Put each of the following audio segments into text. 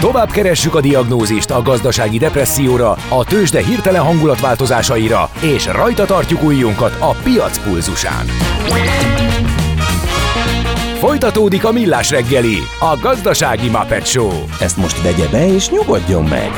Tovább keressük a diagnózist a gazdasági depresszióra, a tőzsde hirtelen hangulatváltozásaira, és rajta tartjuk ujjunkat a piac pulzusán. Folytatódik a Millás reggeli, a gazdasági Muppet Show. Ezt most vegye be és nyugodjon meg!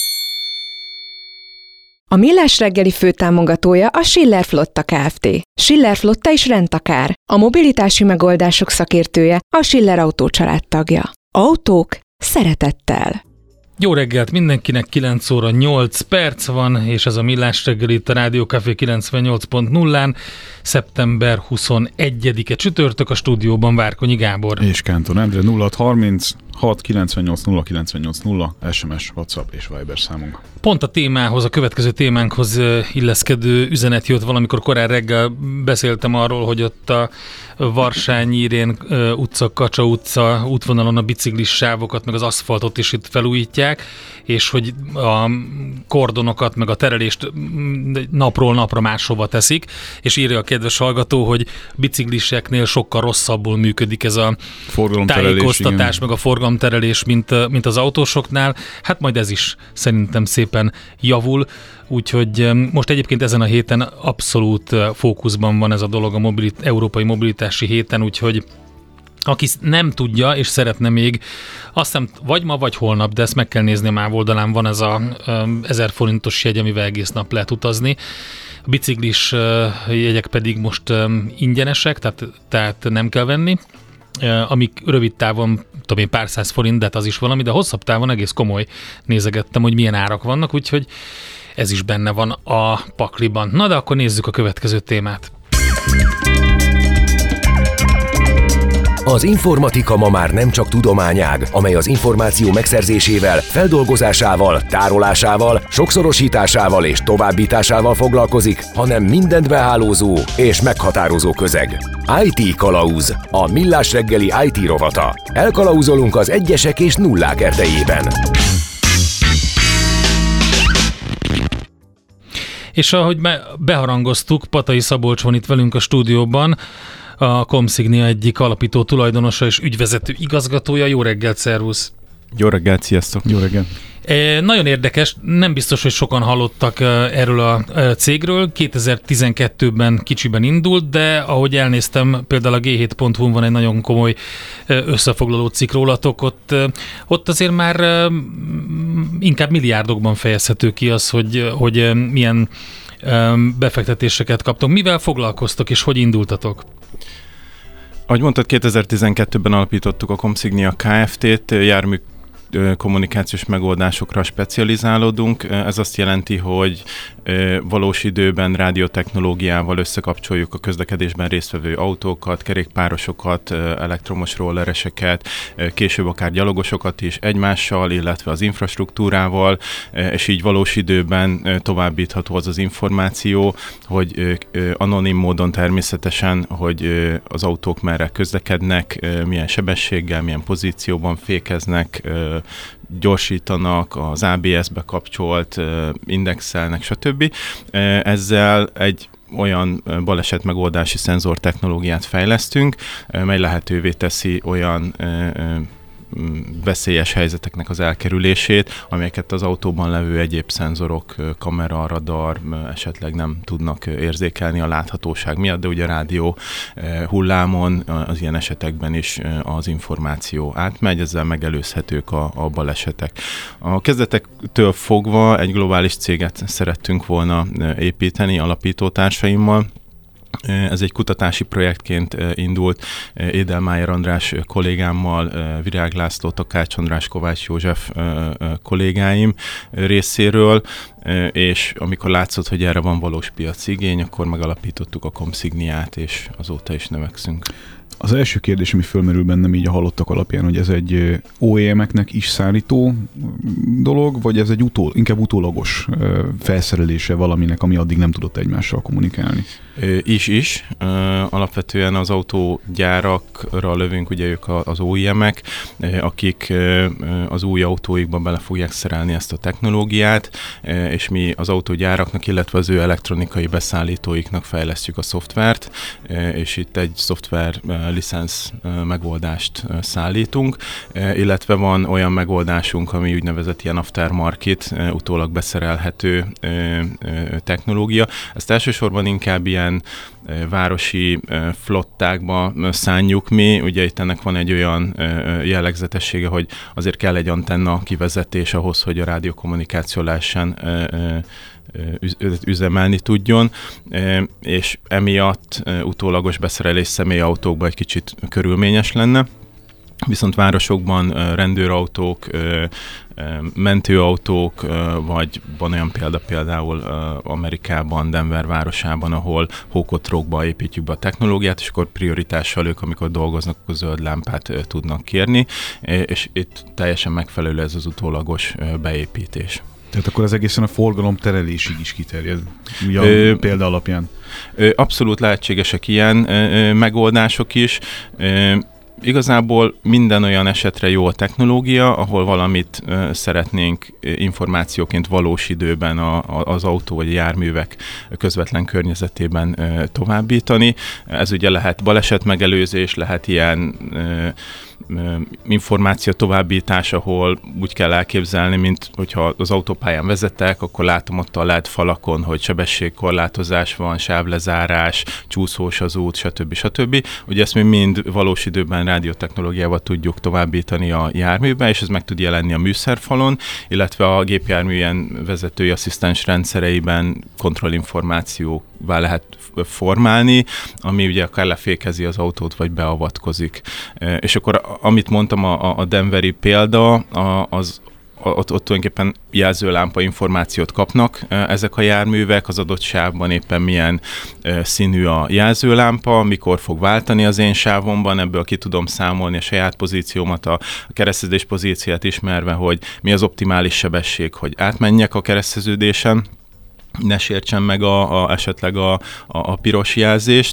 A Millás reggeli főtámogatója a Schiller Flotta Kft. Schiller Flotta is rendtakár. A mobilitási megoldások szakértője, a Schiller Autó család tagja. Autók szeretettel. Jó reggelt mindenkinek, 9 óra 8 perc van, és ez a Millás reggeli itt a Rádió Café 98.0-án, szeptember 21-e csütörtök, a stúdióban Várkonyi Gábor. És Kántor Endre, 0630 698 098 0 SMS, WhatsApp és Viber számunk. Pont a témához, a következő témánkhoz illeszkedő üzenet jött valamikor korán reggel, beszéltem arról, hogy ott a Varsányi-Irén utca, Kacsa utca útvonalon a biciklis sávokat, meg az aszfaltot is itt felújítják, és hogy a kordonokat, meg a terelést napról napra máshova teszik, és írja a kedves hallgató, hogy bicikliseknél sokkal rosszabbul működik ez a tájékoztatás, meg a forgalomterelés, mint az autósoknál. Hát majd ez is szerintem szépen javul, úgyhogy most egyébként ezen a héten abszolút fókuszban van ez a dolog a európai mobilitási héten, úgyhogy aki nem tudja és szeretne még, azt hiszem vagy ma, vagy holnap, de ezt meg kell nézni, a MÁV oldalán van ez a 1000 forintos jegy, amivel egész nap lehet utazni. A biciklis jegyek pedig most ingyenesek, tehát nem kell venni. Amik rövid távon, tudom én, pár száz forint, de az is valami, de hosszabb távon egész komoly nézegettem, hogy milyen árak vannak, úgyhogy ez is benne van a pakliban. Na de akkor nézzük a következő témát. Az informatika ma már nem csak tudományág, amely az információ megszerzésével, feldolgozásával, tárolásával, sokszorosításával és továbbításával foglalkozik, hanem mindent behálózó és meghatározó közeg. IT Kalauz, a Millás reggeli IT rovata. Elkalauzolunk az egyesek és nullák erdejében. És ahogy beharangoztuk, Patai Szabolcs van itt velünk a stúdióban, a Comsignia egyik alapító tulajdonosa és ügyvezető igazgatója. Jó reggelt, szervusz! Jó reggelt, sziasztok! Jó reggelt! Nagyon érdekes, nem biztos, hogy sokan hallottak erről a cégről. 2012-ben kicsiben indult, de ahogy elnéztem, például a G7.hu-n van egy nagyon komoly összefoglaló cikk rólatok, ott azért már inkább milliárdokban fejezhető ki az, hogy milyen befektetéseket kaptok. Mivel foglalkoztok és hogy indultatok? Ahogy mondtad, 2012-ben alapítottuk a Comsignia Kft-t, jármű kommunikációs megoldásokra specializálódunk. Ez azt jelenti, hogy valós időben rádiótechnológiával összekapcsoljuk a közlekedésben résztvevő autókat, kerékpárosokat, elektromos rollereseket, később akár gyalogosokat is egymással, illetve az infrastruktúrával, és így valós időben továbbítható az információ, hogy anonim módon természetesen, hogy az autók merre közlekednek, milyen sebességgel, milyen pozícióban fékeznek, gyorsítanak, az ABS-be kapcsolt, indexelnek, stb. Ezzel egy olyan baleset megoldási szenzor technológiát fejlesztünk, mely lehetővé teszi olyan veszélyes helyzeteknek az elkerülését, amelyeket az autóban levő egyéb szenzorok, kamera, radar esetleg nem tudnak érzékelni a láthatóság miatt, de ugye a rádió hullámon az ilyen esetekben is az információ átmegy, ezzel megelőzhetők a balesetek. A kezdetektől fogva egy globális céget szerettünk volna építeni alapítótársaimmal. Ez egy kutatási projektként indult Edelmeier András kollégámmal, Virág László, Takács András, Kovács József kollégáim részéről, és amikor látszott, hogy erre van valós piaci igény, akkor megalapítottuk a Comsigniát, és azóta is növekszünk. Az első kérdés, ami fölmerül bennem így a hallottak alapján, hogy ez egy OEM-eknek is szállító dolog, vagy ez egy inkább utólagos felszerelése valaminek, ami addig nem tudott egymással kommunikálni? Is. Alapvetően az autógyárakra lövünk, ugye ők az OEM-ek, akik az új autóikba bele fogják szerelni ezt a technológiát, és mi az autógyáraknak, illetve az ő elektronikai beszállítóiknak fejlesztjük a szoftvert, és itt egy szoftver licensz megoldást szállítunk, illetve van olyan megoldásunk, ami úgynevezett ilyen aftermarket, utólag beszerelhető technológia. Ezt elsősorban inkább ilyen városi flottákba szánjuk mi. Ugye itt ennek van egy olyan jellegzetessége, hogy azért kell egy antenna kivezetés ahhoz, hogy a rádiókommunikáció lehessen üzemelni tudjon, és emiatt utólagos beszerelés személyautókban egy kicsit körülményes lenne. Viszont városokban rendőrautók, mentőautók, vagy van olyan például Amerikában, Denver városában, ahol hókotrókba építjük be a technológiát, és akkor prioritással ők, amikor dolgoznak, akkor zöld lámpát tudnak kérni, és itt teljesen megfelelő ez az utólagos beépítés. Tehát akkor az egészen a forgalom terelésig is kiterjed, ugye a példa alapján? Abszolút lehetségesek ilyen megoldások is. Igazából minden olyan esetre jó a technológia, ahol valamit szeretnénk információként valós időben az autó vagy a járművek közvetlen környezetében továbbítani. Ez ugye lehet balesetmegelőzés, lehet ilyen információ továbbítás, ahol úgy kell elképzelni, mint hogyha az autópályán vezetek, akkor látom ott a LED falakon, hogy sebességkorlátozás van, sávlezárás, csúszós az út, stb. Ugye ezt mi mind valós időben rádiótechnológiával tudjuk továbbítani a járműbe, és ez meg tud jelenni a műszerfalon, illetve a gépjármű ilyen vezetői asszisztens rendszereiben kontrollinformációvá lehet formálni, ami ugye akár lefékezi az autót, vagy beavatkozik. És akkor amit mondtam, a denveri példa, ott tulajdonképpen jelzőlámpa információt kapnak ezek a járművek, az adott sávban éppen milyen színű a jelzőlámpa, mikor fog váltani az én sávomban, ebből ki tudom számolni a saját pozíciómat, a kereszteződés pozíciót ismerve, hogy mi az optimális sebesség, hogy átmenjek a kereszteződésen, ne sértsen meg esetleg a piros jelzést,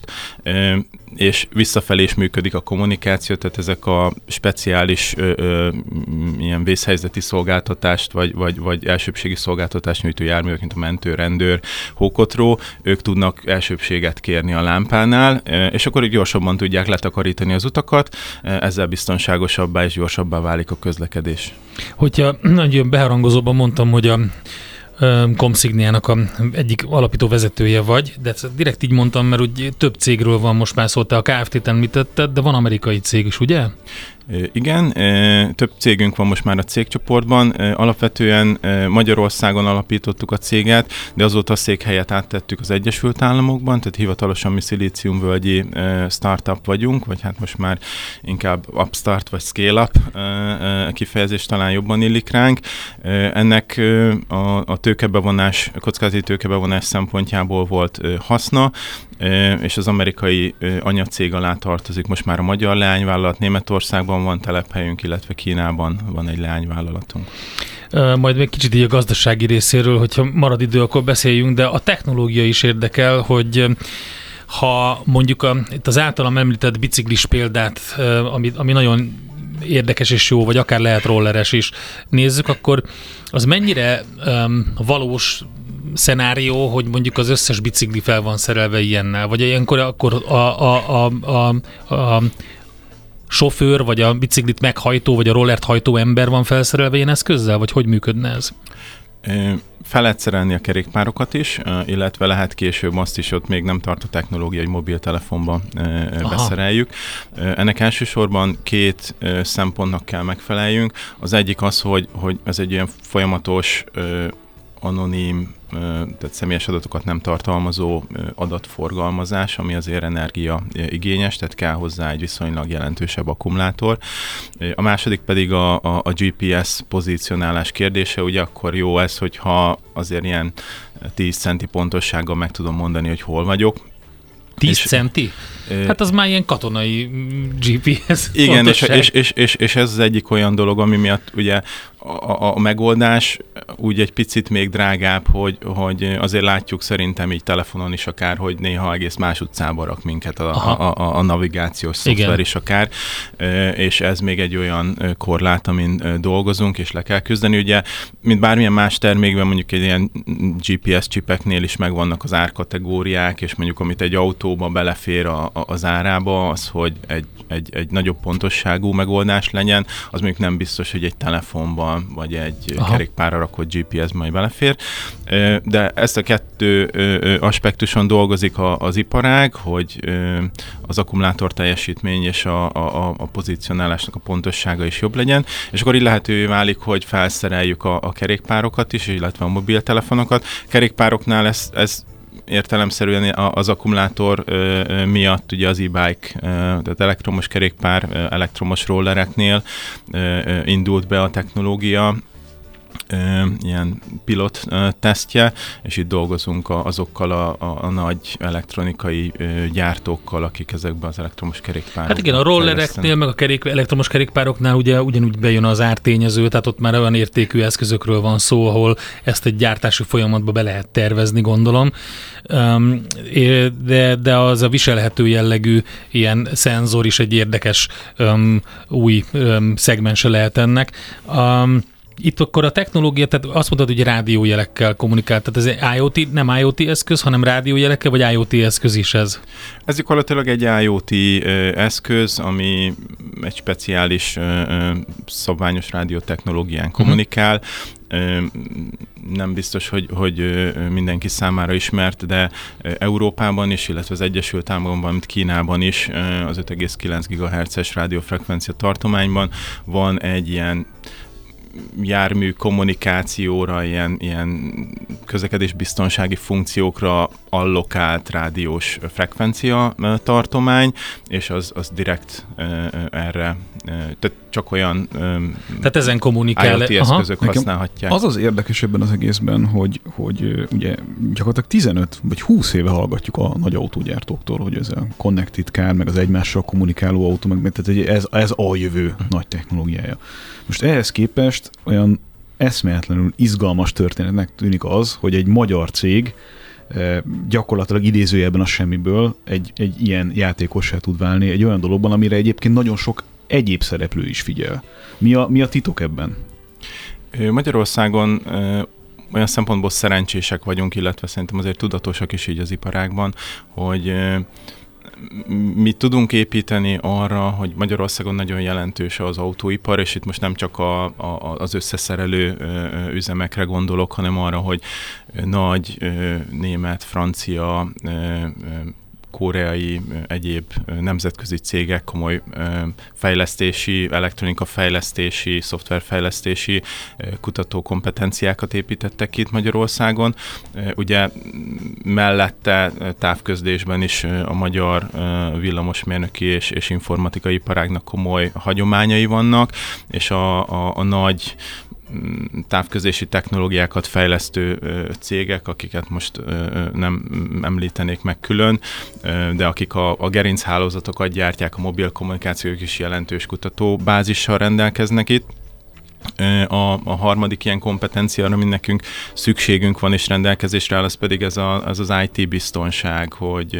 és visszafelé is működik a kommunikáció, tehát ezek a speciális ilyen vészhelyzeti szolgáltatást, vagy elsőbségi szolgáltatást nyújtó járművek, mint a mentő, rendőr, hókotró, ők tudnak elsőbséget kérni a lámpánál, és akkor gyorsabban tudják letakarítani az utakat, ezzel biztonságosabbá és gyorsabbá válik a közlekedés. Hogyha nagyon beharangozóban mondtam, hogy a Comsigniának egyik alapító vezetője vagy, de direkt így mondtam, mert úgy több cégről van most már szó, te a Kft-t említetted, de van amerikai cég is, ugye? Igen, több cégünk van most már a cégcsoportban. Alapvetően Magyarországon alapítottuk a céget, de azóta a székhelyet áttettük az Egyesült Államokban, tehát hivatalosan mi szilíciumvölgyi startup vagyunk, vagy hát most már inkább upstart vagy scale-up kifejezés talán jobban illik ránk. Ennek a tőkebevonás, a kockázati tőkebevonás szempontjából volt haszna, és az amerikai anyacég alá tartozik most már a magyar leányvállalat, Németországban van telephelyünk, illetve Kínában van egy leányvállalatunk. Majd még kicsit így a gazdasági részéről, hogyha marad idő, akkor beszéljünk, de a technológia is érdekel, hogy ha mondjuk itt az általam említett biciklis példát, ami nagyon érdekes és jó, vagy akár lehet rolleres is nézzük, akkor az mennyire valós szenárió, hogy mondjuk az összes bicikli fel van szerelve ilyennel, vagy ilyenkor akkor a sofőr, vagy a biciklit meghajtó, vagy a rollert hajtó ember van felszerelve ilyen eszközzel, vagy hogy működne ez? Fel lehet szerelni a kerékpárokat is, illetve lehet később azt is, ott még nem tart a technológia, hogy mobiltelefonba beszereljük. Ennek elsősorban két szempontnak kell megfeleljünk. Az egyik az, hogy ez egy ilyen folyamatos anonim, tehát személyes adatokat nem tartalmazó adatforgalmazás, ami azért energia igényes, tehát kell hozzá egy viszonylag jelentősebb akkumulátor. A második pedig a GPS pozícionálás kérdése, ugye akkor jó ez, hogyha azért ilyen 10 centi pontossággal meg tudom mondani, hogy hol vagyok. 10 centi? Hát az már ilyen katonai GPS. Igen, és ez az egyik olyan dolog, ami miatt ugye a megoldás úgy egy picit még drágább, hogy azért látjuk szerintem így telefonon is akár, hogy néha egész más utcába rak minket a navigációs szoftver is akár, és ez még egy olyan korlát, amin dolgozunk, és le kell küzdeni. Ugye, mint bármilyen más termékben, mondjuk egy ilyen GPS csipeknél is megvannak az árkategóriák, és mondjuk amit egy autóba belefér az árába, az, hogy egy nagyobb pontosságú megoldás legyen, az mondjuk nem biztos, hogy egy telefonban vagy egy kerékpárra rakott GPS majd belefér. De ezt a kettő aspektuson dolgozik az iparág, hogy az akkumulátor teljesítmény és a pozicionálásnak a pontossága is jobb legyen, és akkor így lehetővé válik, hogy felszereljük a kerékpárokat is, illetve a mobiltelefonokat. Kerékpároknál ez értelemszerűen az akkumulátor miatt ugye az e-bike, tehát elektromos kerékpár, elektromos rollereknél indult be a technológia, ilyen pilot tesztje, és itt dolgozunk azokkal a nagy elektronikai gyártókkal, akik ezekben az elektromos kerékpárokban. Hát igen, a rollereknél, meg a elektromos kerékpároknál ugye ugyanúgy bejön az ártényező, tehát ott már olyan értékű eszközökről van szó, ahol ezt egy gyártási folyamatba be lehet tervezni, gondolom. De az a viselhető jellegű ilyen szenzor is egy érdekes új szegmense lehet ennek. Itt akkor a technológia, tehát azt mondtad, hogy rádiójelekkel kommunikál, tehát ez IoT, nem IoT eszköz, hanem rádiójelekkel, vagy IoT eszköz is ez? Ez gyakorlatilag egy IoT eszköz, ami egy speciális szabványos rádiótechnológián kommunikál. Nem biztos, hogy mindenki számára ismert, de Európában is, illetve az Egyesült Államokban, mint Kínában is az 5,9 GHz-es rádiófrekvencia tartományban van egy ilyen jármű kommunikációra, ilyen közlekedésbiztonsági funkciókra allokált rádiós frekvencia tartomány, és az direkt erre, tehát csak olyan tehát ezen kommunikál. IoT eszközök használhatják. Az az érdekes ebben az egészben, hogy ugye gyakorlatilag 15 vagy 20 éve hallgatjuk a nagy autógyártóktól, hogy ez a connected car, meg az egymással kommunikáló autó, meg tehát ez a jövő nagy technológiája. Most ehhez képest olyan eszméletlenül izgalmas történetnek tűnik az, hogy egy magyar cég gyakorlatilag idézőjelben a semmiből egy ilyen játékossá tud válni egy olyan dologban, amire egyébként nagyon sok egyéb szereplő is figyel. Mi a titok ebben? Magyarországon olyan szempontból szerencsések vagyunk, illetve szerintem azért tudatosak is így az iparágban, hogy mi tudunk építeni arra, hogy Magyarországon nagyon jelentős az autóipar, és itt most nem csak az összeszerelő üzemekre gondolok, hanem arra, hogy nagy német, francia, koreai, egyéb nemzetközi cégek komoly fejlesztési, elektronikafejlesztési, szoftverfejlesztési kutatókompetenciákat építettek itt Magyarországon. Ugye mellette távközlésben is a magyar villamosmérnöki és informatikai iparágnak komoly hagyományai vannak, és a nagy távközlési technológiákat fejlesztő cégek, akiket most nem említenék meg külön, de akik a gerinchálózatokat gyártják, a mobil kommunikációk is jelentős kutatóbázissal rendelkeznek itt. A harmadik ilyen kompetenciára, ami nekünk szükségünk van és rendelkezésre áll, az pedig ez az IT biztonság, hogy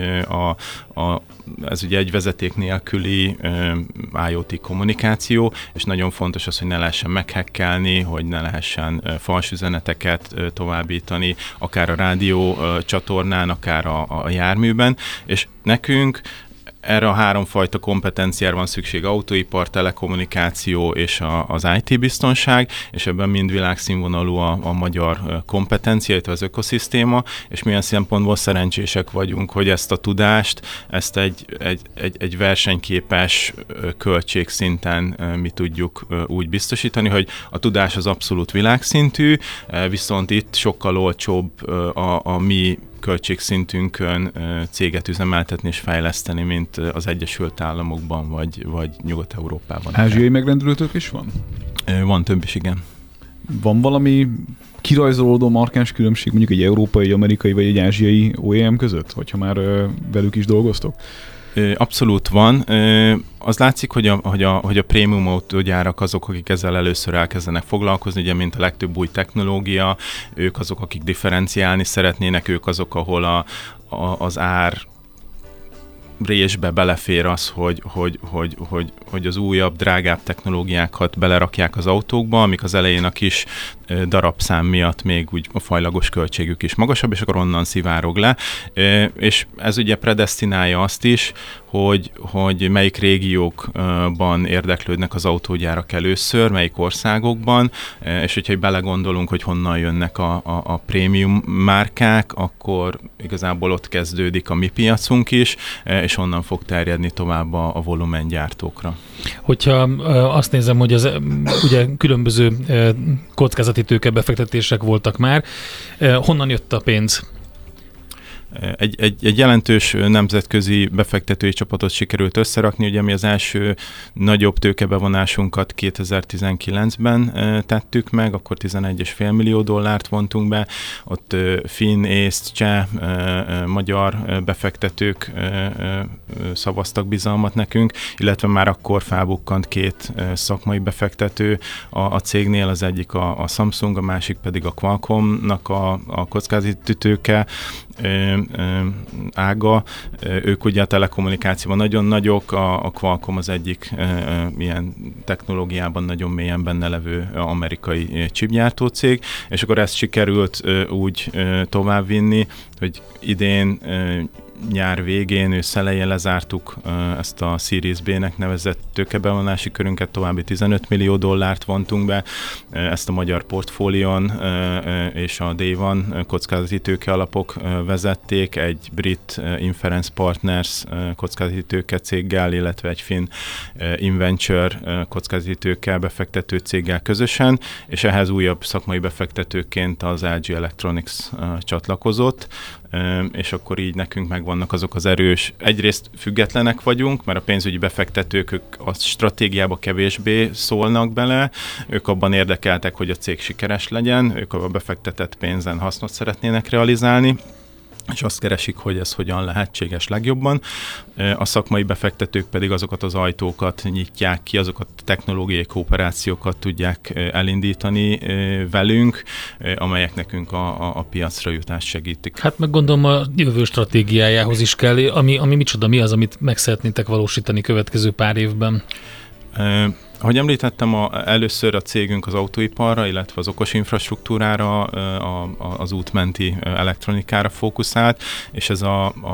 ez ugye egy vezeték nélküli IoT kommunikáció, és nagyon fontos az, hogy ne lehessen meghackelni, hogy ne lehessen fals üzeneteket továbbítani, akár a rádió csatornán, akár a járműben, és nekünk erre a háromfajta kompetenciára van szükség: autóipar, telekommunikáció és az IT-biztonság, és ebben mind világszínvonalú a magyar kompetencia, illetve az ökoszisztéma, és milyen szempontból szerencsések vagyunk, hogy ezt a tudást, ezt egy versenyképes költségszinten mi tudjuk úgy biztosítani, hogy a tudás az abszolút világszintű, viszont itt sokkal olcsóbb a mi költségszintünkön céget üzemeltetni és fejleszteni, mint az Egyesült Államokban vagy Nyugat-Európában. Ázsiai megrendelőtök is van? Van több is, igen. Van valami kirajzolódó markáns különbség mondjuk egy európai, egy amerikai vagy egy ázsiai OEM között, hogyha már velük is dolgoztok? Abszolút van. Az látszik, hogy a prémium autógyárak azok, akik ezzel először elkezdenek foglalkozni, ugye, mint a legtöbb új technológia, ők azok, akik differenciálni szeretnének, ők azok, ahol az ár résbe belefér az, hogy az újabb, drágább technológiákat belerakják az autókba, amik az elején a kis darabszám miatt még úgy a fajlagos költségük is magasabb, és akkor onnan szivárog le. És ez ugye predesztinálja azt is, hogy melyik régiókban érdeklődnek az autógyárak először, melyik országokban, és hogyha belegondolunk, hogy honnan jönnek a prémium márkák, akkor igazából ott kezdődik a mi piacunk is, és onnan fog terjedni tovább a volumengyártókra. Hogyha azt nézem, hogy ugye különböző kockázati tőkebefektetések voltak már, honnan jött a pénz? Egy jelentős nemzetközi befektetői csapatot sikerült összerakni, ugye mi az első nagyobb tőkebevonásunkat 2019-ben tettük meg, akkor $11,5 millió vontunk be, ott finn, észt, cseh, magyar befektetők szavaztak bizalmat nekünk, illetve már akkor felbukkant két szakmai befektető a cégnél, az egyik a Samsung, a másik pedig a Qualcomm-nak a kockázati tőke ága. Ők ugye a telekommunikációban nagyon nagyok, a Qualcomm az egyik ilyen technológiában nagyon mélyen benne levő amerikai chipgyártó cég, és akkor ezt sikerült úgy továbbvinni, hogy idén nyár végén, ősz elején lezártuk ezt a Series B-nek nevezett tőkebevonási körünket, további $15 millió vontunk be, ezt a magyar portfólión és a Day One kockázati tőkealapok vezették, egy brit Inference Partners kockázati tőke céggel, illetve egy finn Inventure kockázati tőke befektető céggel közösen, és ehhez újabb szakmai befektetőként az LG Electronics csatlakozott, és akkor így nekünk megvannak azok az erős, egyrészt függetlenek vagyunk, mert a pénzügyi befektetők ők a stratégiába kevésbé szólnak bele, ők abban érdekeltek, hogy a cég sikeres legyen, ők a befektetett pénzen hasznot szeretnének realizálni, és azt keresik, hogy ez hogyan lehetséges legjobban. A szakmai befektetők pedig azokat az ajtókat nyitják ki, azokat a technológiai kooperációkat tudják elindítani velünk, amelyek nekünk a piacra jutást segítik. Hát meg gondolom a jövő stratégiájához is kell, ami micsoda, mi az, amit meg szeretnétek valósítani következő pár évben? Ahogy említettem, először a cégünk az autóiparra, illetve az okos infrastruktúrára, az útmenti elektronikára fókuszált, és ez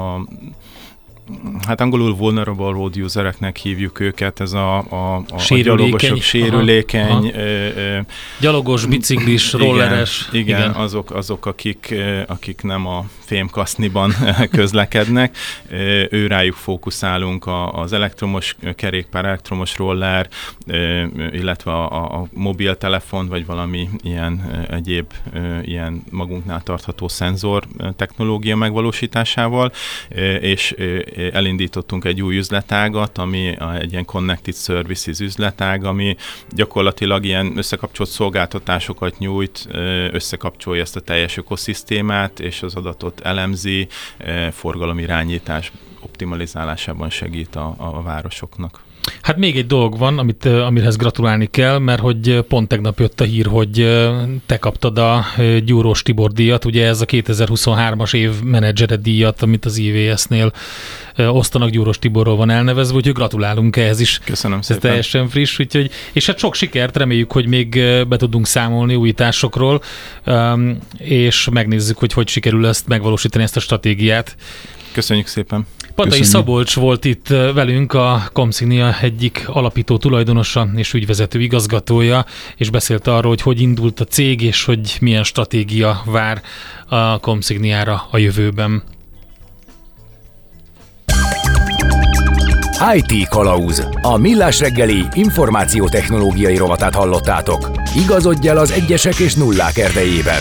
hát angolul vulnerable road usereknek hívjuk őket, ez a gyalogosok, sérülékeny. Gyalogos, biciklis, rolleres. Igen, azok akik nem a fémkaszniban közlekednek. Őrájuk fókuszálunk az elektromos kerékpár, elektromos roller, illetve a mobiltelefon, vagy valami ilyen egyéb ilyen magunknál tartható szenzor technológia megvalósításával, és elindítottunk egy új üzletágat, ami egy ilyen Connected Services üzletág, ami gyakorlatilag ilyen összekapcsolt szolgáltatásokat nyújt, összekapcsolja ezt a teljes ökoszisztémát, és az adatot elemzi, forgalomirányítás optimalizálásában segít a városoknak. Hát még egy dolog van, amihez gratulálni kell, mert hogy pont tegnap jött a hír, hogy te kaptad a Gyúrós Tibor díjat, ugye ez a 2023-as év menedzsere díjat, amit az IVS-nél osztanak, Gyúrós Tiborról van elnevezve, úgyhogy gratulálunk ehhez is. Köszönöm szépen. Ez teljesen friss, úgyhogy, és hát sok sikert, reméljük, hogy még be tudunk számolni újításokról, és megnézzük, hogy sikerül ezt megvalósítani, ezt a stratégiát. Köszönjük szépen. Pattai Szabolcs volt itt velünk, a Comsignia egyik alapító tulajdonosa és ügyvezető igazgatója, és beszélt arról, hogy indult a cég, és hogy milyen stratégia vár a Comsigniára a jövőben. IT Kalauz. A Millás reggeli információtechnológiai rovatát hallottátok. Igazodj el az egyesek és nullák erdejében.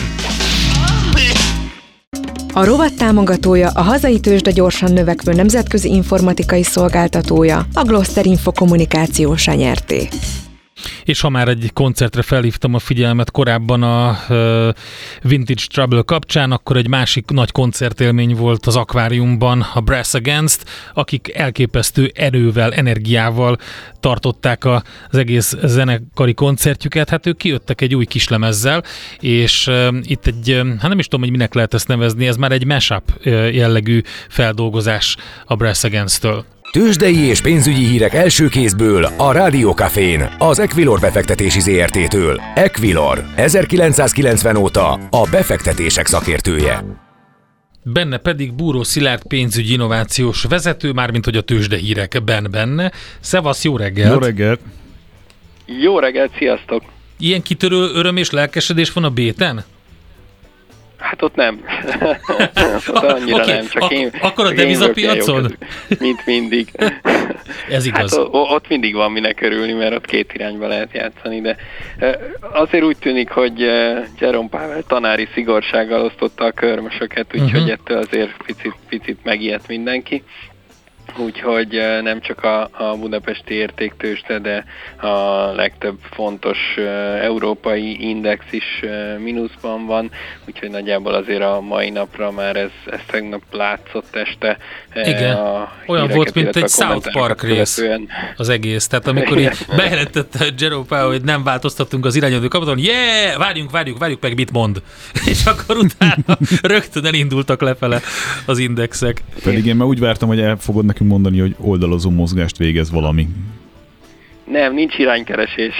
A rovat támogatója a hazai tőzsde gyorsan növekvő nemzetközi informatikai szolgáltatója, a Gloster Info Kommunikáció Nyrt. És ha már egy koncertre felhívtam a figyelmet korábban a Vintage Trouble kapcsán, akkor egy másik nagy koncertélmény volt az akváriumban a Brass Against, akik elképesztő erővel, energiával tartották az egész zenekari koncertjüket. Hát ők kijöttek egy új kislemezzel, és itt egy, hát nem is tudom, hogy minek lehet ezt nevezni, ez már egy mashup jellegű feldolgozás a Brass Against-től. Tőzsdei és pénzügyi hírek első kézből a Rádió Cafén, az Equilor befektetési ZRT-től. Equilor, 1990 óta a befektetések szakértője. Benne pedig Búró Szilárd pénzügyi innovációs vezető, mármint hogy a tőzsdehírekben benne. Szevasz, jó reggelt! Jó reggelt! Jó reggelt, sziasztok! Ilyen kitörő öröm és lelkesedés van a B-ten? Hát ott nem. Ott annyira okay. nem, csak én... Akkor a devizapiacon? Mint mindig. Ez igaz. Hát ott mindig van minek örülni, mert ott két irányba lehet játszani, de azért úgy tűnik, hogy Jerome Powell tanári szigorsággal osztotta a körmösöket, úgyhogy ettől azért picit megijedt mindenki. Úgyhogy nem csak a budapesti értéktőzsde, de a legtöbb fontos európai index is mínuszban van, úgyhogy nagyjából azért a mai napra már ez tegnap látszott este. Igen, olyan volt, mint egy South Park rész az egész. Tehát amikor így bejelentette Jerome Powell, hogy nem változtattunk az irányadó kamaton, várjuk meg, mit mond. És akkor utána rögtön elindultak lefele az indexek. Pedig én már úgy vártam, hogy el fogod nekünk mondani, hogy oldalazó mozgást végez valami. Nem, nincs iránykeresés.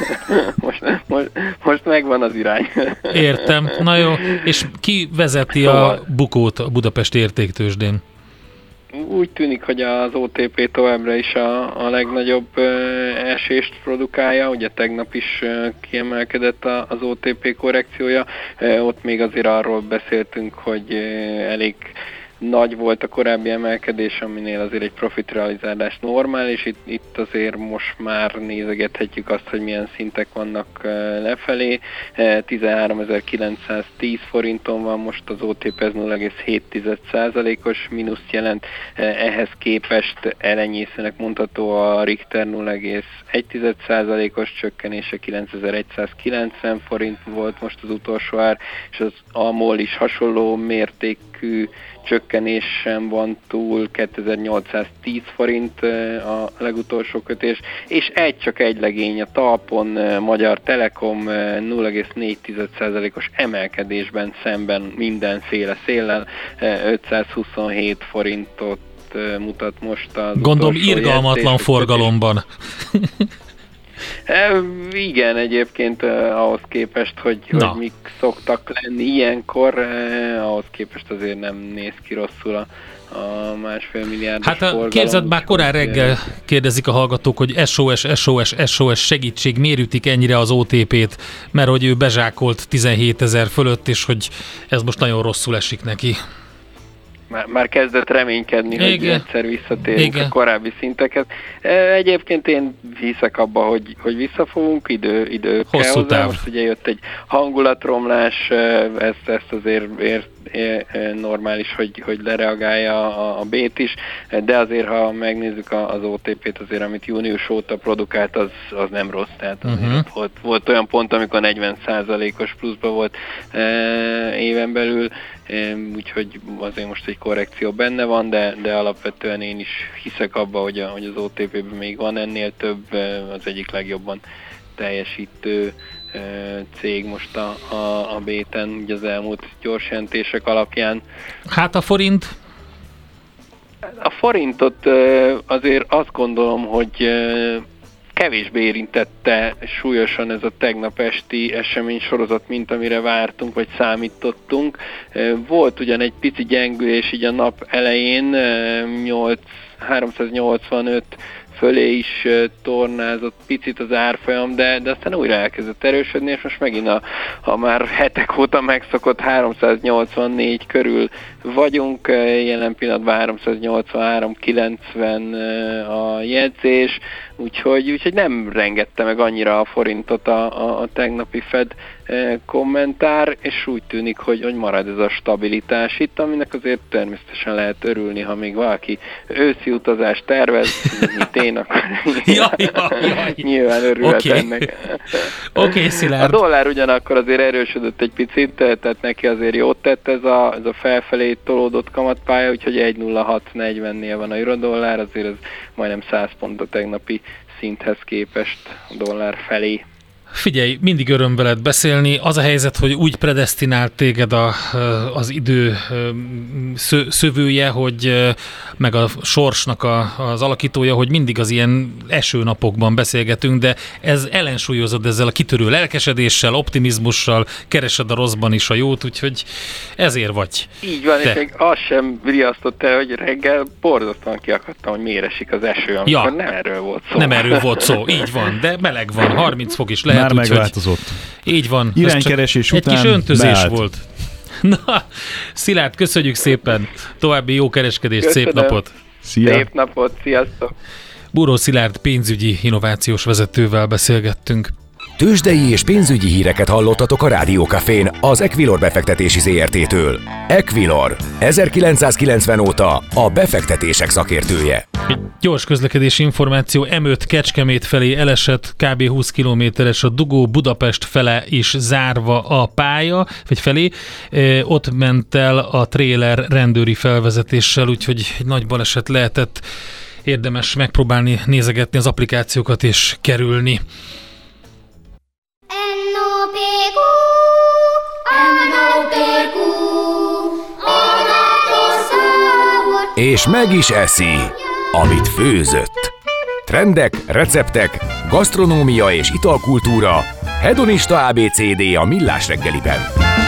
Most megvan az irány. Értem. Na jó, és ki vezeti a bukót a Budapesti értéktőzsdén? Úgy tűnik, hogy az OTP továbbra is a legnagyobb esést produkálja, ugye tegnap is kiemelkedett az OTP korrekciója, ott még azért arról beszéltünk, hogy elég nagy volt a korábbi emelkedés, aminél azért egy profit realizálás normál, és itt azért most már nézegethetjük azt, hogy milyen szintek vannak lefelé. 13.910 forinton van most az OTP, ez 0,7%-os mínuszt jelent, ehhez képest elenyészőnek mondható a Richter 0,1%-os csökkenése, 9.190 forint volt most az utolsó ár, és az AMOL is hasonló mértékű csökkenésen van túl, 2810 forint a legutolsó kötés, és csak egy legény a talpon, Magyar Telekom 0,4%-os emelkedésben szemben mindenféle széllel, 527 forintot mutat most az Gondolom irgalmatlan forgalomban. Igen, egyébként ahhoz képest, hogy mik szoktak lenni ilyenkor, ahhoz képest azért nem néz ki rosszul a 1,5 milliárdos forgalom. Képzeld, már korán reggel kérdezik a hallgatók, hogy SOS segítség, miért ütik ennyire az OTP-t, mert hogy ő bezsákolt 17 000 fölött, és hogy ez most nagyon rosszul esik neki. Már kezdett reménykedni, hogy egyszer visszatérünk a korábbi szinteket. Egyébként én hiszek abba, hogy visszafogunk, idő kell hozzá. Most ugye jött egy hangulatromlás, ezt azért normális, hogy lereagálja a B-t is, de azért, ha megnézzük az OTP-t, azért, amit június óta produkált, az nem rossz. Tehát azért volt olyan pont, amikor 40%-os pluszba volt éven belül, úgyhogy azért most egy korrekció benne van, de alapvetően én is hiszek abba, hogy az OTP-ben még van ennél több, az egyik legjobban teljesítő cég most a B-ten, ugye az elmúlt gyors jelentések alapján. Hát a forint? A forintot azért azt gondolom, hogy kevésbé érintette súlyosan ez a tegnap esti esemény sorozat, mint amire vártunk, vagy számítottunk. Volt ugyan egy pici gyengülés így a nap elején, 385 fölé is tornázott picit az árfolyam, de aztán újra elkezdett erősödni, és most megint a már hetek óta megszokott 384 körül vagyunk, jelen pillanatban 383,90 a jegyzés, úgyhogy nem rengette meg annyira a forintot a tegnapi Fed kommentár, és úgy tűnik, hogy marad ez a stabilitás itt, aminek azért természetesen lehet örülni, ha még valaki őszi utazást tervez, mint én, akkor nyilván örülhet ennek. Oké, Szilárd. A dollár ugyanakkor azért erősödött egy picit, tehát neki azért jót tett ez a felfelé tolódott kamatpálya, úgyhogy 1.0640-nél van a eurodollár, azért ez majdnem 100 pont a tegnapi szinthez képest a dollár felé. Figyelj, mindig öröm veled beszélni. Az a helyzet, hogy úgy predesztinált téged az idő szövője, hogy meg a sorsnak az alakítója, hogy mindig az ilyen esőnapokban beszélgetünk, de ez ellensúlyozod ezzel a kitörő lelkesedéssel, optimizmussal, keresed a rosszban is a jót, úgyhogy ezért vagy. Így van, és még az sem riasztott el, hogy reggel borzasztóan kiakadtam, hogy miért esik az eső, amikor nem erről volt szó. Nem erről volt szó, így van, de meleg van, 30 fok is lehet. Már megváltozott. Így van. Iránykeresés után egy kis öntözés beállt. volt. Na, Szilárd, köszönjük szépen. További jó kereskedést, Köszönöm. Szép napot. Szia. Szép napot, sziasztok. Búró Szilárd pénzügyi innovációs vezetővel beszélgettünk. Tőzsdei és pénzügyi híreket hallottatok a Rádiókafén az Equilor befektetési ZRT-től. Equilor, 1990 óta a befektetések szakértője. Egy gyors közlekedési információ, M5 Kecskemét felé elesett, kb. 20 kilométeres a dugó, Budapest fele is zárva a pálya, vagy felé. Ott ment el a tréler rendőri felvezetéssel, úgyhogy egy nagy baleset lehetett. Érdemes megpróbálni nézegetni az applikációkat és kerülni. És meg is eszi, amit főzött. Trendek, receptek, gasztronómia és italkultúra, hedonista ABCD a Millás reggeliben.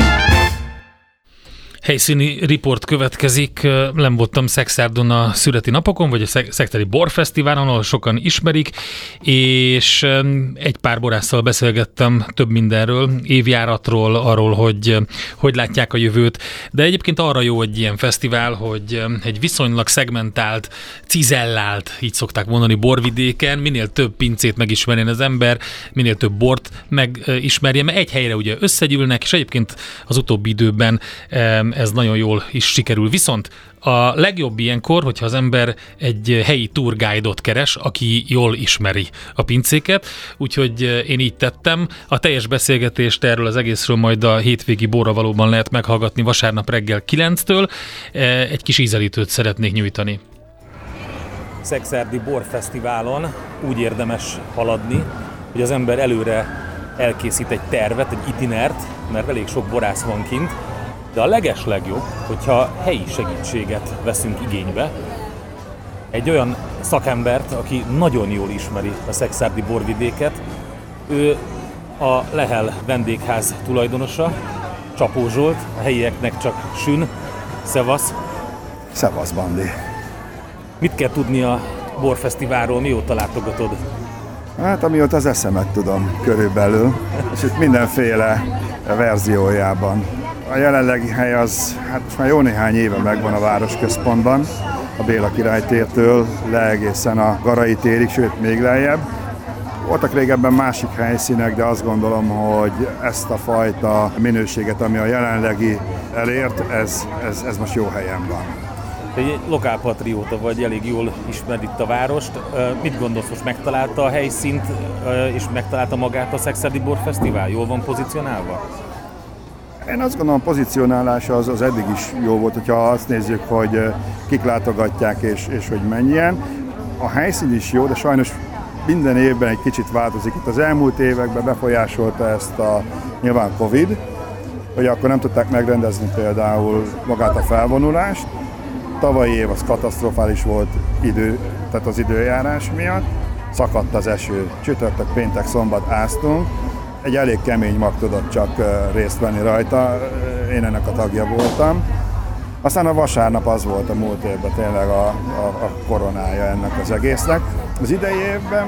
Helyszíni riport következik. Nem voltam Szexárdon a születi napokon, vagy a Szexádi Borfesztiválon, ahol sokan ismerik, és egy pár borásszal beszélgettem több mindenről, évjáratról, arról, hogy látják a jövőt, de egyébként arra jó egy ilyen fesztivál, hogy egy viszonylag szegmentált, cizellált, így szokták mondani, borvidéken, minél több pincét megismerjen az ember, minél több bort megismerjen, mert egy helyre ugye összegyűlnek, és egyébként az utóbbi időben ez nagyon jól is sikerül. Viszont a legjobb ilyenkor, hogyha az ember egy helyi tourguide-ot keres, aki jól ismeri a pincéket, úgyhogy én így tettem. A teljes beszélgetést erről az egészről majd a hétvégi Borravalóban lehet meghallgatni vasárnap reggel 9-től. Egy kis ízelítőt szeretnék nyújtani. Szexárdi Borfesztiválon úgy érdemes haladni, hogy az ember előre elkészít egy tervet, egy itinert, mert elég sok borász van kint, de a legeslegjobb, hogyha helyi segítséget veszünk igénybe, egy olyan szakembert, aki nagyon jól ismeri a szexárdi borvidéket. Ő a Lehel vendégház tulajdonosa, Csapó Zsolt, a helyieknek csak Sün. Szevasz! Szevasz, Bandi! Mit kell tudni a borfesztiválról, mióta látogatod? Hát amióta az eszemet tudom körülbelül, és itt mindenféle verziójában. A jelenlegi hely az, hát már jó néhány éve megvan a városközpontban, a Béla királytértől le egészen a Garai térig, sőt még lejjebb. Voltak régebben másik helyszínek, de azt gondolom, hogy ezt a fajta minőséget, ami a jelenlegi elért, ez most jó helyen van. Egy lokálpatrióta vagy, elég jól ismered itt a várost. Mit gondolsz, most megtalálta a helyszínt, és megtalálta magát a Szexárdi Borfesztivál? Jól van pozícionálva? Én azt gondolom, a pozícionálása az eddig is jó volt, hogyha azt nézzük, hogy kik látogatják és hogy mennyien. A helyszín is jó, de sajnos minden évben egy kicsit változik. Itt az elmúlt években befolyásolta ezt a nyilván Covid, hogy akkor nem tudták megrendezni például magát a felvonulást. Tavalyi év az katasztrofális volt tehát az időjárás miatt. Szakadt az eső, csütörtök, péntek, szombat áztunk. Egy elég kemény mag tudott csak részt venni rajta, én ennek a tagja voltam. Aztán a vasárnap az volt a múlt évben tényleg a koronája ennek az egésznek. Az idei évben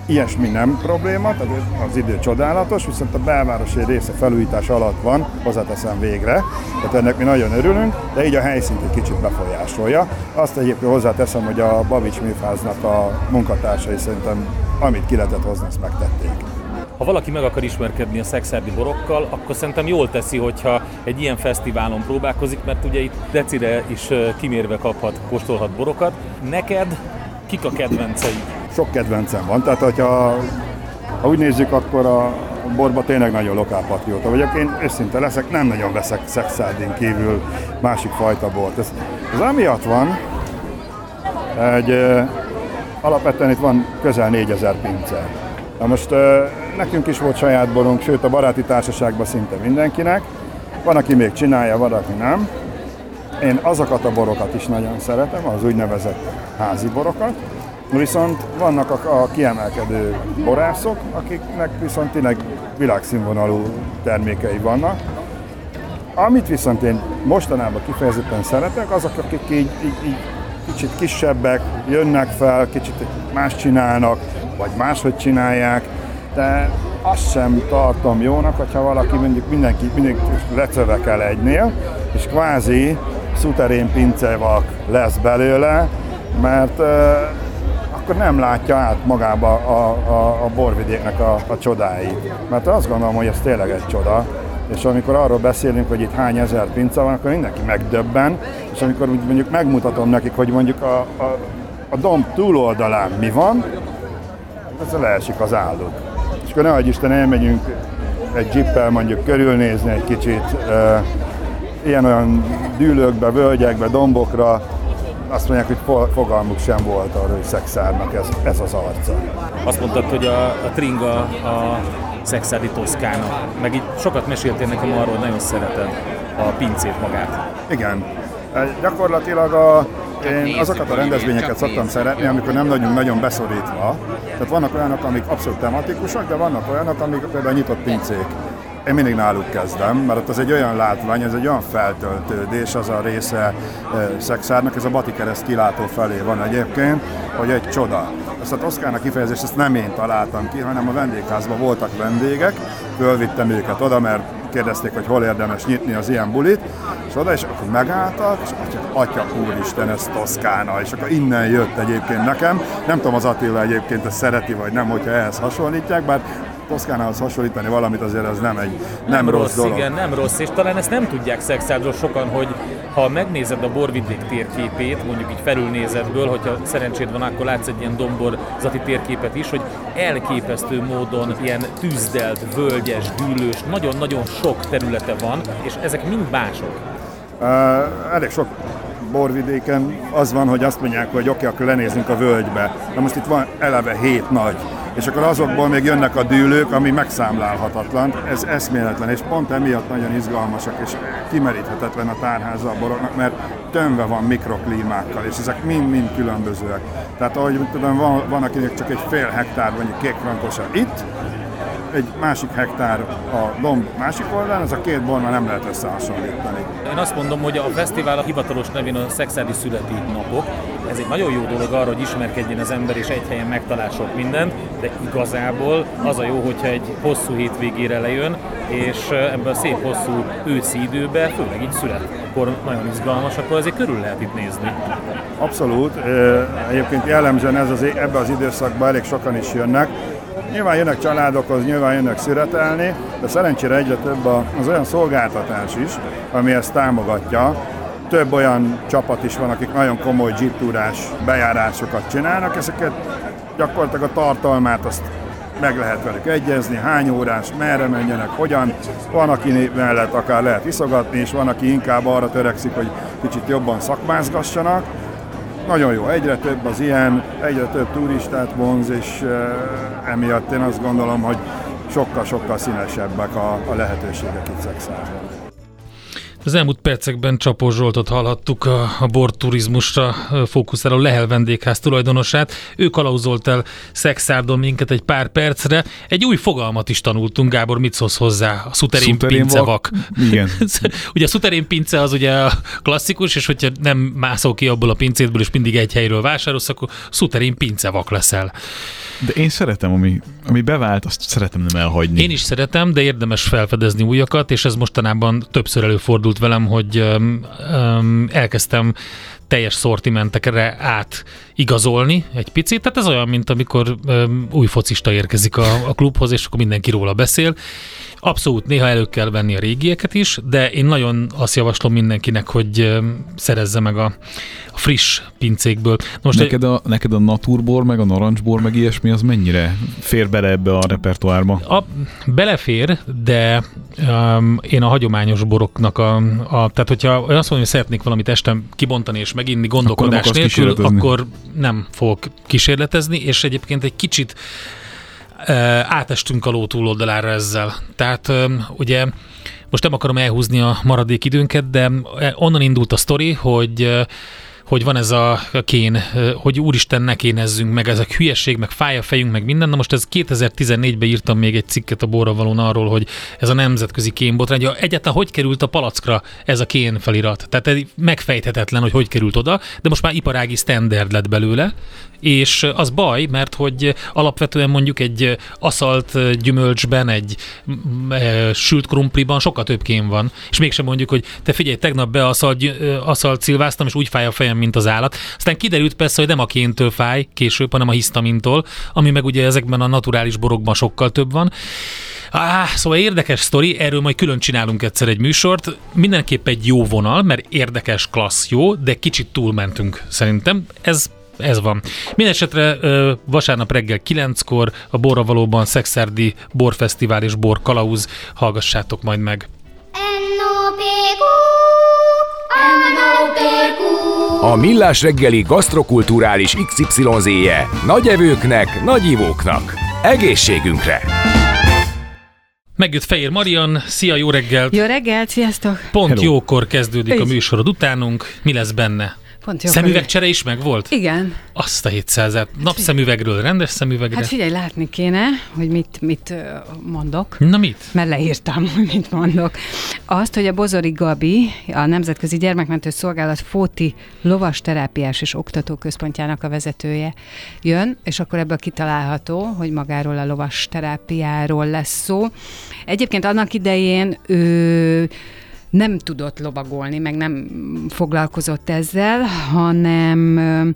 ilyesmi nem probléma, tehát az idő csodálatos, viszont a belvárosi része felújítás alatt van, hozzáteszem végre, tehát ennek mi nagyon örülünk, de így a helyszínt egy kicsit befolyásolja. Azt egyébként hozzáteszem, hogy a Babics műfáznak a munkatársai szerintem, amit ki lehetett hozni, ezt megtették. Ha valaki meg akar ismerkedni a szekszárdi borokkal, akkor szerintem jól teszi, hogyha egy ilyen fesztiválon próbálkozik, mert ugye itt decire is kimérve kóstolhat borokat. Neked kik a kedvenceid? Sok kedvencem van, tehát ha úgy nézzük, akkor a borba tényleg nagyon lokálpatrióta vagyok. Én őszinte leszek, nem nagyon veszek Szekszárdin kívül másik fajta bort. Ez amiatt van, alapvetően itt van közel 4000 pincér. Na most nekünk is volt saját borunk, sőt a baráti társaságban szinte mindenkinek. Van, aki még csinálja, van, aki nem. Én azokat a borokat is nagyon szeretem, az úgynevezett házi borokat. Viszont vannak a kiemelkedő borászok, akiknek viszont tényleg világszínvonalú termékei vannak. Amit viszont én mostanában kifejezetten szeretek, azok, akik így kicsit kisebbek, jönnek fel, kicsit más csinálnak, vagy máshogy csinálják, de azt sem tartom jónak, hogyha valaki mondjuk mindig lecövekel egynél, és kvázi szuterén pincevak lesz belőle, mert akkor nem látja át magába a borvidéknek a csodáit. Mert azt gondolom, hogy ez tényleg egy csoda, és amikor arról beszélünk, hogy itt hány ezer pince van, akkor mindenki megdöbben, és amikor mondjuk megmutatom nekik, hogy mondjuk a domb túloldalán mi van, ez leesik az álluk. És akkor nehogy Isten elmegyünk egy jeeppel mondjuk körülnézni egy kicsit, ilyen-olyan dűlőkbe, völgyekbe, dombokra, azt mondják, hogy fogalmuk sem volt arra, hogy Szekszárdnak ez az arca. Azt mondtad, hogy a Tringa a szekszárdi Toszkána, meg így sokat meséltél nekem arról, hogy nagyon szereted a pincét magát. Igen. Gyakorlatilag én azokat a rendezvényeket szoktam szeretni, amikor nem vagyunk nagyon beszorítva. Tehát vannak olyanok, amik abszolút tematikusak, de vannak olyanok, amik például nyitott pincék. Én mindig náluk kezdem, mert ott az egy olyan látvány, ez egy olyan feltöltődés, az a része Szekszárdnak, ez a Bati kereszt kilátó felé van egyébként, hogy egy csoda. Ezt a Toszkána kifejezést ezt nem én találtam ki, hanem a vendégházban voltak vendégek, fölvittem őket oda, mert kérdezték, hogy hol érdemes nyitni az ilyen bulit, és oda, és akkor megálltak, és atya úristen, ez Toszkána, és akkor innen jött egyébként nekem. Nem tudom, az Attila egyébként ezt szereti, vagy nem, hogyha ehhez hasonlítják, bár Toszkánához hasonlítani valamit azért az nem rossz dolog. Igen, nem rossz, és talán ezt nem tudják Szekszárdról sokan, hogy ha megnézed a borvidék térképét, mondjuk így felülnézetből, hogyha szerencséd van, akkor látsz egy ilyen domborzati térképet is, hogy elképesztő módon ilyen tűzdelt, völgyes, dűlős, nagyon-nagyon sok területe van, és ezek mind mások. Elég sok borvidéken az van, hogy azt mondják, hogy oké, akkor lenézzünk a völgybe. Na most itt van eleve 7 nagy, és akkor azokból még jönnek a dűlők, ami megszámlálhatatlan. Ez eszméletlen, és pont emiatt nagyon izgalmasak, és kimeríthetetlen a tárháza a boroknak, mert tömve van mikroklímákkal, és ezek mind-mind különbözőek. Tehát ahogy tudom, van akinek csak egy fél hektár, mondjuk kékfrankosa itt, egy másik hektár a domb másik oldalán, ez a két bor már nem lehet összehasonlítani. Én azt mondom, hogy a fesztivál a hivatalos nevén a Szekszárdi Születi Napok. Ez egy nagyon jó dolog arra, hogy ismerkedjen az ember és egy helyen megtalál sok mindent, de igazából az a jó, hogyha egy hosszú hétvégére lejön, és ebben a szép hosszú őszi időben, főleg így születkor nagyon izgalmas, akkor azért körül lehet itt nézni. Abszolút. Egyébként jellemzően ebben az időszakban elég sokan is jönnek. Nyilván jönnek családokhoz, nyilván jönnek szüretelni, de szerencsére egyre több az olyan szolgáltatás is, ami ezt támogatja. Több olyan csapat is van, akik nagyon komoly jeep-túrás bejárásokat csinálnak, ezeket gyakorlatilag a tartalmát azt meg lehet velük egyezni, hány órás, merre menjenek, hogyan. Van, aki mellett akár lehet iszogatni, és van, aki inkább arra törekszik, hogy kicsit jobban szakmázgassanak. Nagyon jó, egyre több az ilyen, egyre több turistát vonz, és emiatt én azt gondolom, hogy sokkal-sokkal színesebbek a lehetőségek itt Szekszárdon. Az elmúlt percekben Csapó Zsoltot hallhattuk, a borturizmusra fókuszáló Lehel vendégház tulajdonosát. Ő kalauzolt el Szekszárdon minket egy pár percre. Egy új fogalmat is tanultunk, Gábor, mit szólsz hozzá? A szuterén pincevak. Igen. Ugye a szuterén pince az ugye a klasszikus, és hogyha nem mászol ki abból a pincétből, és mindig egy helyről vásárolsz, akkor szuterén pincevak leszel. De én szeretem, ami bevált, azt szeretem nem elhagyni. Én is szeretem, de érdemes felfedezni újakat, és ez mostanában többször előfordult velem, hogy elkezdtem teljes szortimentekre átigazolni egy picit. Tehát ez olyan, mint amikor új focista érkezik a klubhoz, és akkor mindenki róla beszél. Abszolút néha elő kell venni a régieket is, de én nagyon azt javaslom mindenkinek, hogy szerezze meg a friss pincékből. Most neked a naturbor, meg a narancsbor, meg ilyesmi, az mennyire fér bele ebbe a repertoárba? Belefér, de én a hagyományos boroknak tehát hogyha azt mondom, hogy szeretnék valamit este kibontani és meginni gondolkodás nélkül, akkor nem fogok kísérletezni, és egyébként egy kicsit átestünk a ló túloldalára ezzel. Tehát ugye most nem akarom elhúzni a maradék időnket, de onnan indult a sztori, hogy van ez a kén, hogy úristen, ne kénezzünk meg, ez a hülyeség, meg fáj a fejünk, meg minden. Na most ez 2014-ben írtam még egy cikket a Borra valón arról, hogy ez a nemzetközi kénbotrány, egyáltalán hogy került a palackra ez a kén felirat. Tehát megfejthetetlen, hogy került oda, de most már iparági standard lett belőle, és az baj, mert hogy alapvetően mondjuk egy aszalt gyümölcsben, egy sült krumpliban sokkal több kén van, és mégsem mondjuk, hogy te figyelj, tegnap aszalt szilváztam, és úgy fáj a fejem, mint az állat. Aztán kiderült persze, hogy nem a kéntől fáj később, hanem a hisztamintól, ami meg ugye ezekben a naturális borokban sokkal több van. Szóval érdekes sztori, erről majd külön csinálunk egyszer egy műsort. Mindenképp egy jó vonal, mert érdekes, klassz, jó, de kicsit túlmentünk szerintem. Ez van. Mindenesetre vasárnap reggel 9-kor a Borra valóban Szekszárdi Borfesztivál és Borkalauz. Hallgassátok majd meg. A Millás reggeli gasztrokulturális XYZ-je nagy evőknek, nagy ivóknak. Egészségünkre! Megjött Fejér Marian, szia, jó reggelt! Jó reggelt, sziasztok! Pont Hello. Jókor kezdődik a műsorod utánunk. Mi lesz benne? Szemüvegcsere is meg volt? Igen. Azt a 700-et. Napszemüvegről rendes szemüvegre? Hát figyelj, látni kéne, hogy mit mondok. Na mit? Mert leírtam, hogy mit mondok. Azt, hogy a Bozori Gabi, a Nemzetközi Gyermekmentő Szolgálat Fóti Lovasterápiás és Oktatóközpontjának a vezetője jön, és akkor ebből kitalálható, hogy magáról a lovasterápiáról lesz szó. Egyébként annak idején ő nem tudott lovagolni, meg nem foglalkozott ezzel, hanem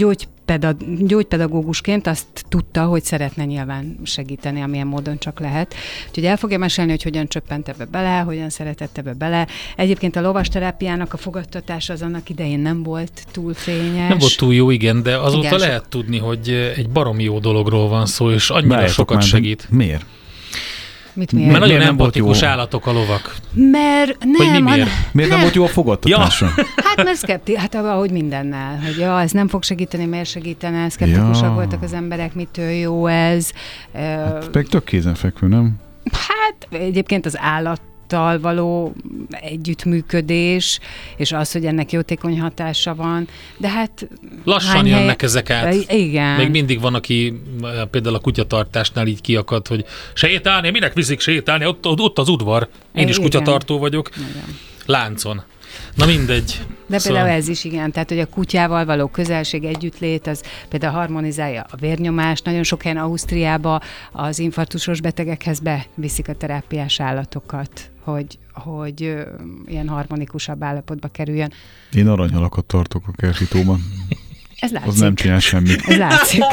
gyógypedagógusként azt tudta, hogy szeretne nyilván segíteni, amilyen módon csak lehet. Úgyhogy el fogja mesélni, hogy hogyan csöppent ebbe bele, hogyan szeretett ebbe bele. Egyébként a lovasterápiának a fogadtatása az annak idején nem volt túl fényes. Nem volt túl jó, igen, de azóta lehet tudni, hogy egy baromi jó dologról van szó, és annyira sokat segít. Miért? Mert nagyon miért empatikus állatok a lovak. Mert nem. Miért nem volt jó a fogadtatása? Ja. Hát mert ahogy mindennel, hogy ez nem fog segíteni, miért segítene, szkeptikusak voltak az emberek, mitől jó ez. Meg tök kézenfekvő, nem? Hát egyébként az állattal való együttműködés, és az, hogy ennek jótékony hatása van, de hát... Lassan jönnek ezek át. Igen. Még mindig van, aki például a kutyatartásnál így kiakad, hogy sétálni, minek viszik sétálni, ott az udvar. Én is kutyatartó vagyok. Igen. Láncon. Na mindegy. De például ez is igen, tehát hogy a kutyával való közelség, együttlét, az például harmonizálja a vérnyomást. Nagyon sok helyen Ausztriába az infarktusos betegekhez beviszik a terápiás állatokat, hogy ilyen harmonikusabb állapotba kerüljön. Én aranyhalakat tartok a kertítóban. Ez látszik. Az nem csinál semmit. Ez látszik.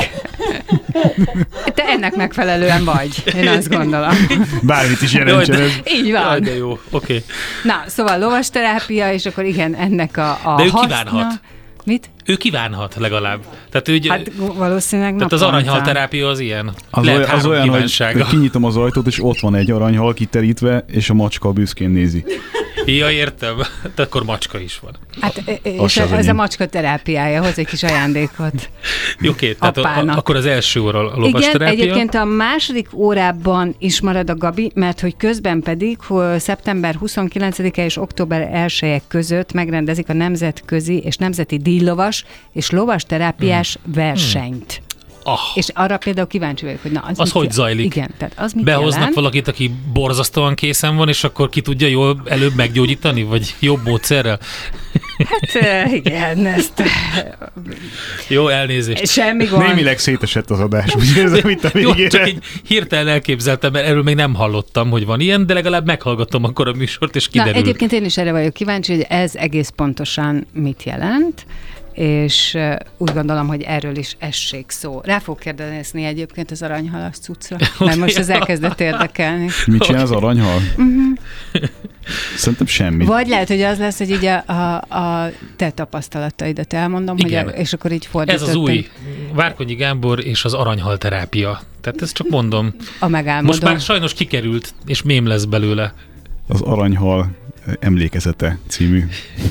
Te ennek megfelelően vagy, én azt gondolom. Bármit is jelentsen ez. Így van. Jaj, de jó, oké. Na, szóval lovasterápia, és akkor igen, ennek a de ő haszna... kívánhat. Mit? Ő kívánhat legalább. Tehát, hát valószínűleg tehát az aranyhalterápia az ilyen. Az olyan, hogy kinyitom az ajtót, és ott van egy aranyhal kiterítve, és a macska büszkén nézi. Ja, értem. De akkor macska is van. Hát, és ez a macska terápiája, hoz egy kis ajándékot. Oké, tehát akkor az első óra a lovasterápia. Igen, egyébként a második órában is marad a Gabi, mert hogy közben pedig szeptember 29-e és október 1-e között megrendezik a nemzetközi és nemzeti díjlovas és lovasterápiás versenyt. És arra például kíváncsi vagyok, hogy az hogy zajlik? Igen, tehát az mit Behoznak jelent? valakit, aki borzasztóan készen van, és akkor ki tudja jól előbb meggyógyítani, vagy jobb módszerrel? Hát igen, ezt... Jó, elnézést. Semmi gond. Némileg szétesett az adás, úgy érzem itt a végére. Jó, csak így hirtelen elképzeltem, mert erről még nem hallottam, hogy van ilyen, de legalább meghallgattam akkor a műsort, és kiderül. Na, egyébként én is erre vagyok kíváncsi, hogy ez egész pontosan mit jelent, és úgy gondolom, hogy erről is essék szó. Rá fog kérdezni egyébként az aranyhalas cuccra, mert most ez elkezdett érdekelni. Mit csinál az aranyhal? Szerintem semmi. Vagy lehet, hogy az lesz, hogy így a te tapasztalataidat elmondom, hogy és akkor így fordítottam. Ez az új Várkonyi Gábor és az aranyhal terápia. Tehát ezt csak mondom. A megálmodom. Most már sajnos kikerült, és mém lesz belőle. Az aranyhal emlékezete című.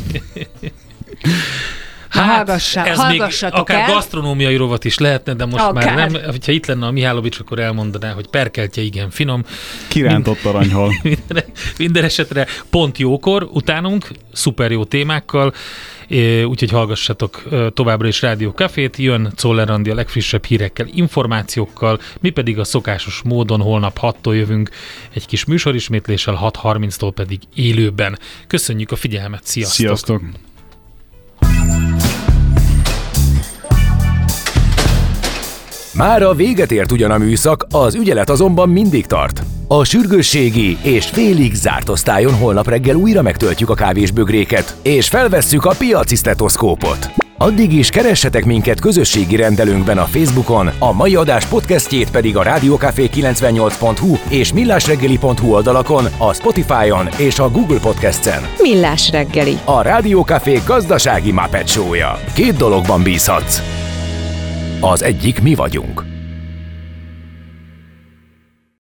Hát, ez még akár gasztronómiai rovat is lehetne, de most akár. Már nem. Ha itt lenne a Mihálovics, akkor elmondaná, hogy perkeltje igen finom. Kirántott aranyhal. Minden esetre pont jókor, utánunk, szuper jó témákkal, úgyhogy hallgassatok továbbra is Rádió Cafét, jön Czoller Andi a legfrissebb hírekkel, információkkal, mi pedig a szokásos módon holnap 6-tól jövünk egy kis műsorismétléssel, 6:30-tól pedig élőben. Köszönjük a figyelmet, sziasztok! Sziasztok! Mára véget ért ugyan a műszak, az ügyelet azonban mindig tart. A sürgősségi és félig zárt osztályon holnap reggel újra megtöltjük a kávésbögréket, és felvesszük a piaci sztetoszkópot. Addig is keressetek minket közösségi rendelőnkben a Facebookon, a mai adás podcastjét pedig a rádiókafé98.hu és millásreggeli.hu oldalakon, a Spotify-on és a Google Podcast-en. Millás reggeli. A Rádió Café gazdasági Muppet Show-ja. 2 dologban bízhatsz. Az egyik mi vagyunk.